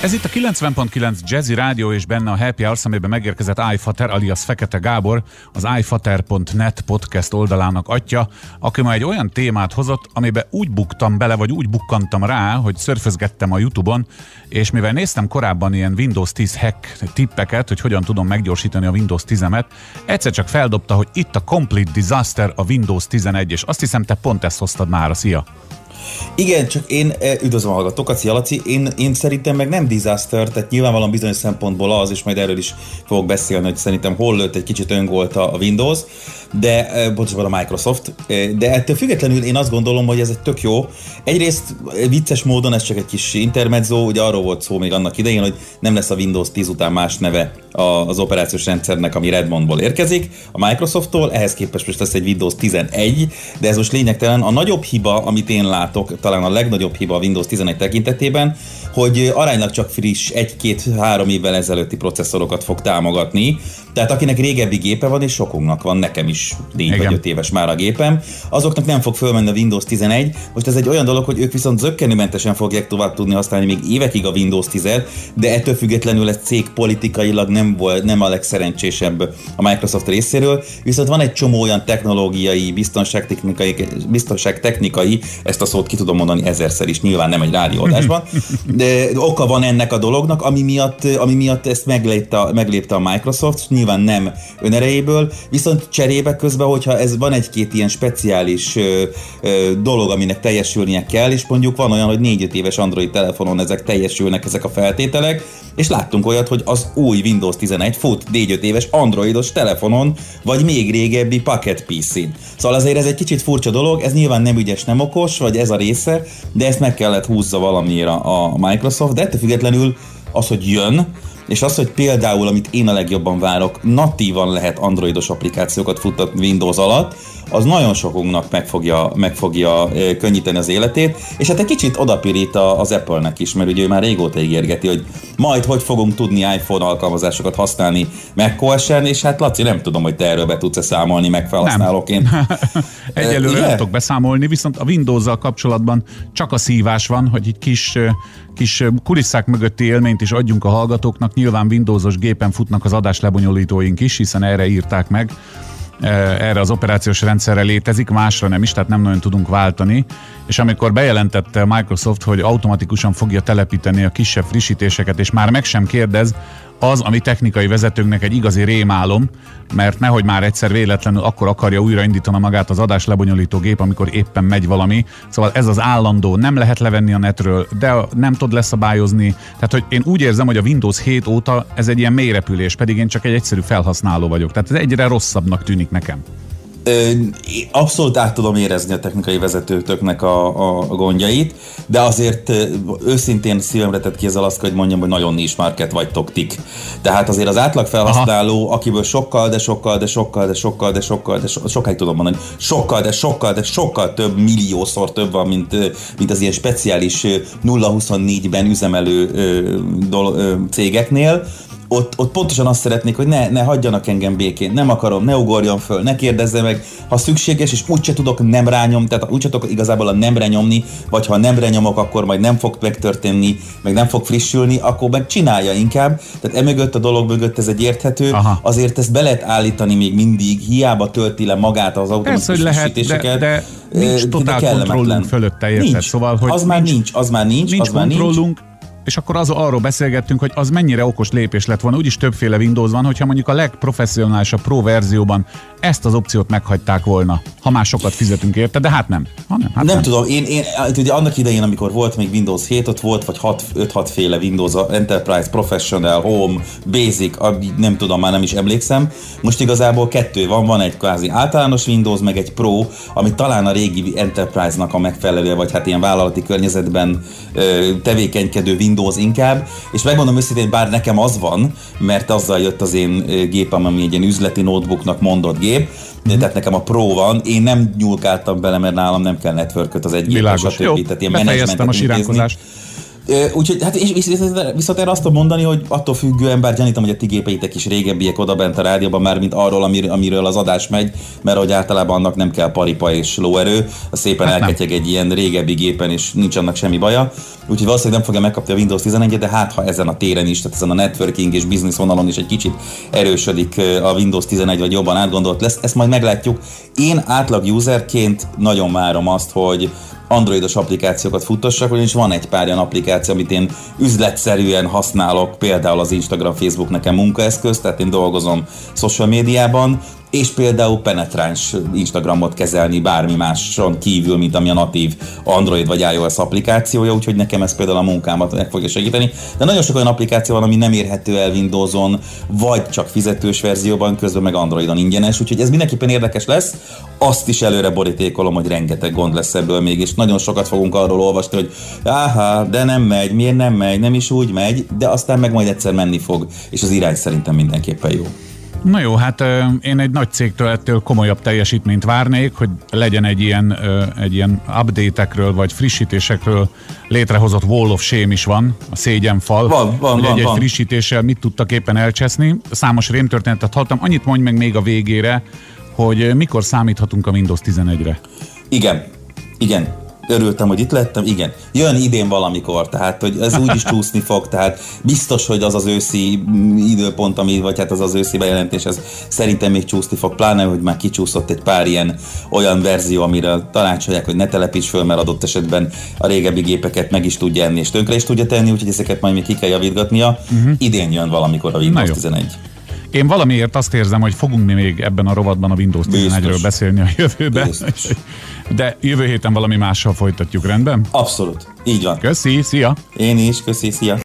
Ez itt a 90.9 Jazzy Rádió és benne a Happy Hour, amiben megérkezett iFater alias Fekete Gábor, az iFater.net podcast oldalának atya, aki ma egy olyan témát hozott, amiben úgy buktam bele, vagy úgy bukkantam rá, hogy szörfözgettem a YouTube-on, és mivel néztem korábban ilyen Windows 10 hack tippeket, hogy hogyan tudom meggyorsítani a Windows 10-emet, egyszer csak feldobta, hogy itt a Complete Disaster a Windows 11, és azt hiszem, te pont ezt hoztad mára. Szia! Igen, csak én üdvözlöm a hallgatókat, szia Laci, én szerintem meg nem disaster, tehát nyilvánvalóan bizonyos szempontból az, és majd erről is fogok beszélni, hogy szerintem hol lőtt egy kicsit öngolt a Windows, de pontosabban a Microsoft, de ettől függetlenül én azt gondolom, hogy ez egy tök jó. Egyrészt vicces módon, ez csak egy kis intermezzo, ugye arról volt szó még annak idején, hogy nem lesz a Windows 10 után más neve az operációs rendszernek, ami Redmondból érkezik, a Microsofttól, ehhez képest most lesz egy Windows 11, de ez most lényegtelen. A nagyobb hiba, amit én látok, talán a legnagyobb hiba a Windows 11 tekintetében, hogy aránylag csak friss 1-2-3 évvel ezelőtti processzorokat fog támogatni. Tehát akinek régebbi gépe van, és sokunknak van, nekem is 4 vagy 5 éves már a gépem, azoknak nem fog fölmenni a Windows 11. Most ez egy olyan dolog, hogy ők viszont zökkenőmentesen fogják tovább tudni használni még évekig a Windows 10-et, de ettől függetlenül ez cégpolitikailag nem a legszerencsésebb a Microsoft részéről, viszont van egy csomó olyan technológiai, biztonságtechnikai, ezt a szót ki tudom mondani 1000-szer is, nyilván nem egy rádióadásban, de oka van ennek a dolognak, ami miatt ezt meglépte a Microsoft, nyilván nem önerejéből, viszont cserébe közben, hogyha ez van egy-két ilyen speciális dolog, aminek teljesülnie kell, és mondjuk van olyan, hogy 4-5 éves Android telefonon ezek teljesülnek, ezek a feltételek, és láttunk olyat, hogy az új Windows 11 fut 4-5 éves androidos telefonon, vagy még régebbi Pocket PC-n. Szóval azért ez egy kicsit furcsa dolog, ez nyilván nem ügyes, nem okos, vagy ez a része, de ezt meg kellett húzza valamire a Microsoft, de ettől függetlenül az, hogy jön, és az, hogy például, amit én a legjobban várok, natívan lehet androidos applikációkat futtatni Windows alatt, az nagyon sokunknak meg fogja könnyíteni az életét, és hát egy kicsit odapirít az Apple-nek is, mert ugye ő már régóta ígérgeti, hogy majd hogy fogunk tudni iPhone alkalmazásokat használni macOS-en, és hát Laci, nem tudom, hogy te erről be tudsz-e számolni megfelhasználóként. Egyelőre nem tudok beszámolni, viszont a Windows-zal kapcsolatban csak a szívás van, hogy egy kis kulisszák mögötti élményt is adjunk a hallgatóknak. Nyilván Windowsos gépen futnak az adáslebonyolítóink is, hiszen erre írták meg. Erre az operációs rendszerre létezik, másra nem is, tehát nem nagyon tudunk váltani, és amikor bejelentette Microsoft, hogy automatikusan fogja telepíteni a kisebb frissítéseket, és már meg sem kérdez, az, ami technikai vezetőnknek egy igazi rémálom, mert nehogy már egyszer véletlenül akkor akarja újraindítani magát az adáslebonyolító gép, amikor éppen megy valami. Szóval ez az állandó, nem lehet levenni a netről, de nem tud leszabályozni. Tehát, hogy én úgy érzem, hogy a Windows 7 óta ez egy ilyen mélyrepülés, pedig én csak egy egyszerű felhasználó vagyok. Tehát ez egyre rosszabbnak tűnik nekem. Abszolút át tudom érezni a technikai vezetőtöknek a gondjait, de azért őszintén szívemre tett ki ezzel azt, hogy mondjam, hogy nagyon niche market vagytok tik. Tehát azért az átlag felhasználó, akiből sokáig tudom mondani, sokkal több milliószor több van, mint az ilyen speciális 0-24-ben üzemelő cégeknél. Ott pontosan azt szeretnék, hogy ne hagyjanak engem békén, nem akarom, ne ugorjon föl, ne kérdezze meg, ha szükséges, és úgyse tudok nemre nyomni, tehát úgyse tudok igazából a nemre nyomni, vagy ha nemre nyomok, akkor majd nem fog megtörténni, meg nem fog frissülni, akkor meg csinálja inkább. Tehát emögött a dolog mögött ez egy érthető, azért ezt be lehet állítani még mindig, hiába tölti le magát az automatikus frissítéseket. De nincs totál kontrollunk fölötte, érted? Szóval, hogy az már nincs. És akkor arról beszélgettünk, hogy az mennyire okos lépés lett volna. Úgyis többféle Windows van, hogyha mondjuk a legprofesszionálisabb Pro verzióban ezt az opciót meghagyták volna, ha már sokat fizetünk érte, de hát nem. Nem tudom, én ugye annak idején, amikor volt még Windows 7, ott volt vagy 5-6 féle Windows, Enterprise, Professional, Home, Basic, nem tudom, már nem is emlékszem. Most igazából 2 van egy kvázi általános Windows, meg egy Pro, ami talán a régi Enterprise-nak a megfelelője, vagy hát ilyen vállalati környezetben tevékenykedő Windows inkább, és megmondom őszintén, bár nekem az van, mert azzal jött az én gépem, ami egy ilyen üzleti notebooknak mondott gép, tehát nekem a Pro van, én nem nyúlkáltam bele, mert nálam nem kell networköt az egy gépes, Világos. Jó, befejeztem a siránkozást. Úgyhogy, hát és viszont erre azt tudom mondani, hogy attól függően, bár gyanítom, hogy a ti gépeitek is régebbiek odabent a rádióban, már mint arról, amiről az adás megy, mert hogy általában annak nem kell paripa és lóerő, az szépen hát elketyeg egy ilyen régebbi gépen, és nincs annak semmi baja. Úgyhogy valószínűleg nem fogja megkapni a Windows 11-et, de hát ha ezen a téren is, tehát ezen a networking és business vonalon is egy kicsit erősödik a Windows 11, vagy jobban átgondolt lesz, ezt majd meglátjuk. Én átlag userként nagyon várom azt, hogy androidos applikációkat futtassak, ugyanis van egy pár olyan applikáció, amit én üzletszerűen használok, például az Instagram, Facebook nekem munkaeszköz, tehát én dolgozom social médiában, és például penetráns Instagramot kezelni bármi máson kívül, mint ami a natív Android vagy iOS applikációja, úgyhogy nekem ez például a munkámat meg fogja segíteni. De nagyon sok olyan applikáció van, ami nem érhető el Windowson, vagy csak fizetős verzióban, közben meg Androidon ingyenes, úgyhogy ez mindenképpen érdekes lesz. Azt is előre borítékolom, hogy rengeteg gond lesz ebből még, és nagyon sokat fogunk arról olvasni, hogy de nem megy, miért nem megy, nem is úgy megy, de aztán meg majd egyszer menni fog, és az irány szerintem mindenképpen jó. Na jó, hát én egy nagy cégtől ettől komolyabb teljesítményt várnék, hogy legyen egy ilyen update-ekről vagy frissítésekről létrehozott wall of shame is van, a szégyenfal. Van. Egy frissítéssel mit tudtak éppen elcseszni. Számos rémtörténetet hallottam. Annyit mondj meg még a végére, hogy mikor számíthatunk a Windows 11-re? Igen. Örültem, hogy itt lettem, igen. Jön idén valamikor, tehát hogy ez úgy is csúszni fog, tehát biztos, hogy az őszi időpont, vagy hát az őszi bejelentés, ez szerintem még csúszni fog, pláne, hogy már kicsúszott egy pár olyan verzió, amire tanácsolják, hogy ne telepíts föl, mert adott esetben a régebbi gépeket meg is tudja enni, és tönkre is tudja tenni, úgyhogy ezeket majd még ki kell javítgatnia. Idén jön valamikor a Windows 11. Én valamiért azt érzem, hogy fogunk mi még ebben a rovatban a Windows 11-ről beszélni a jövőben. De jövő héten valami mással folytatjuk, rendben? Abszolút, így van. Köszi, szia! Én is, köszi, szia!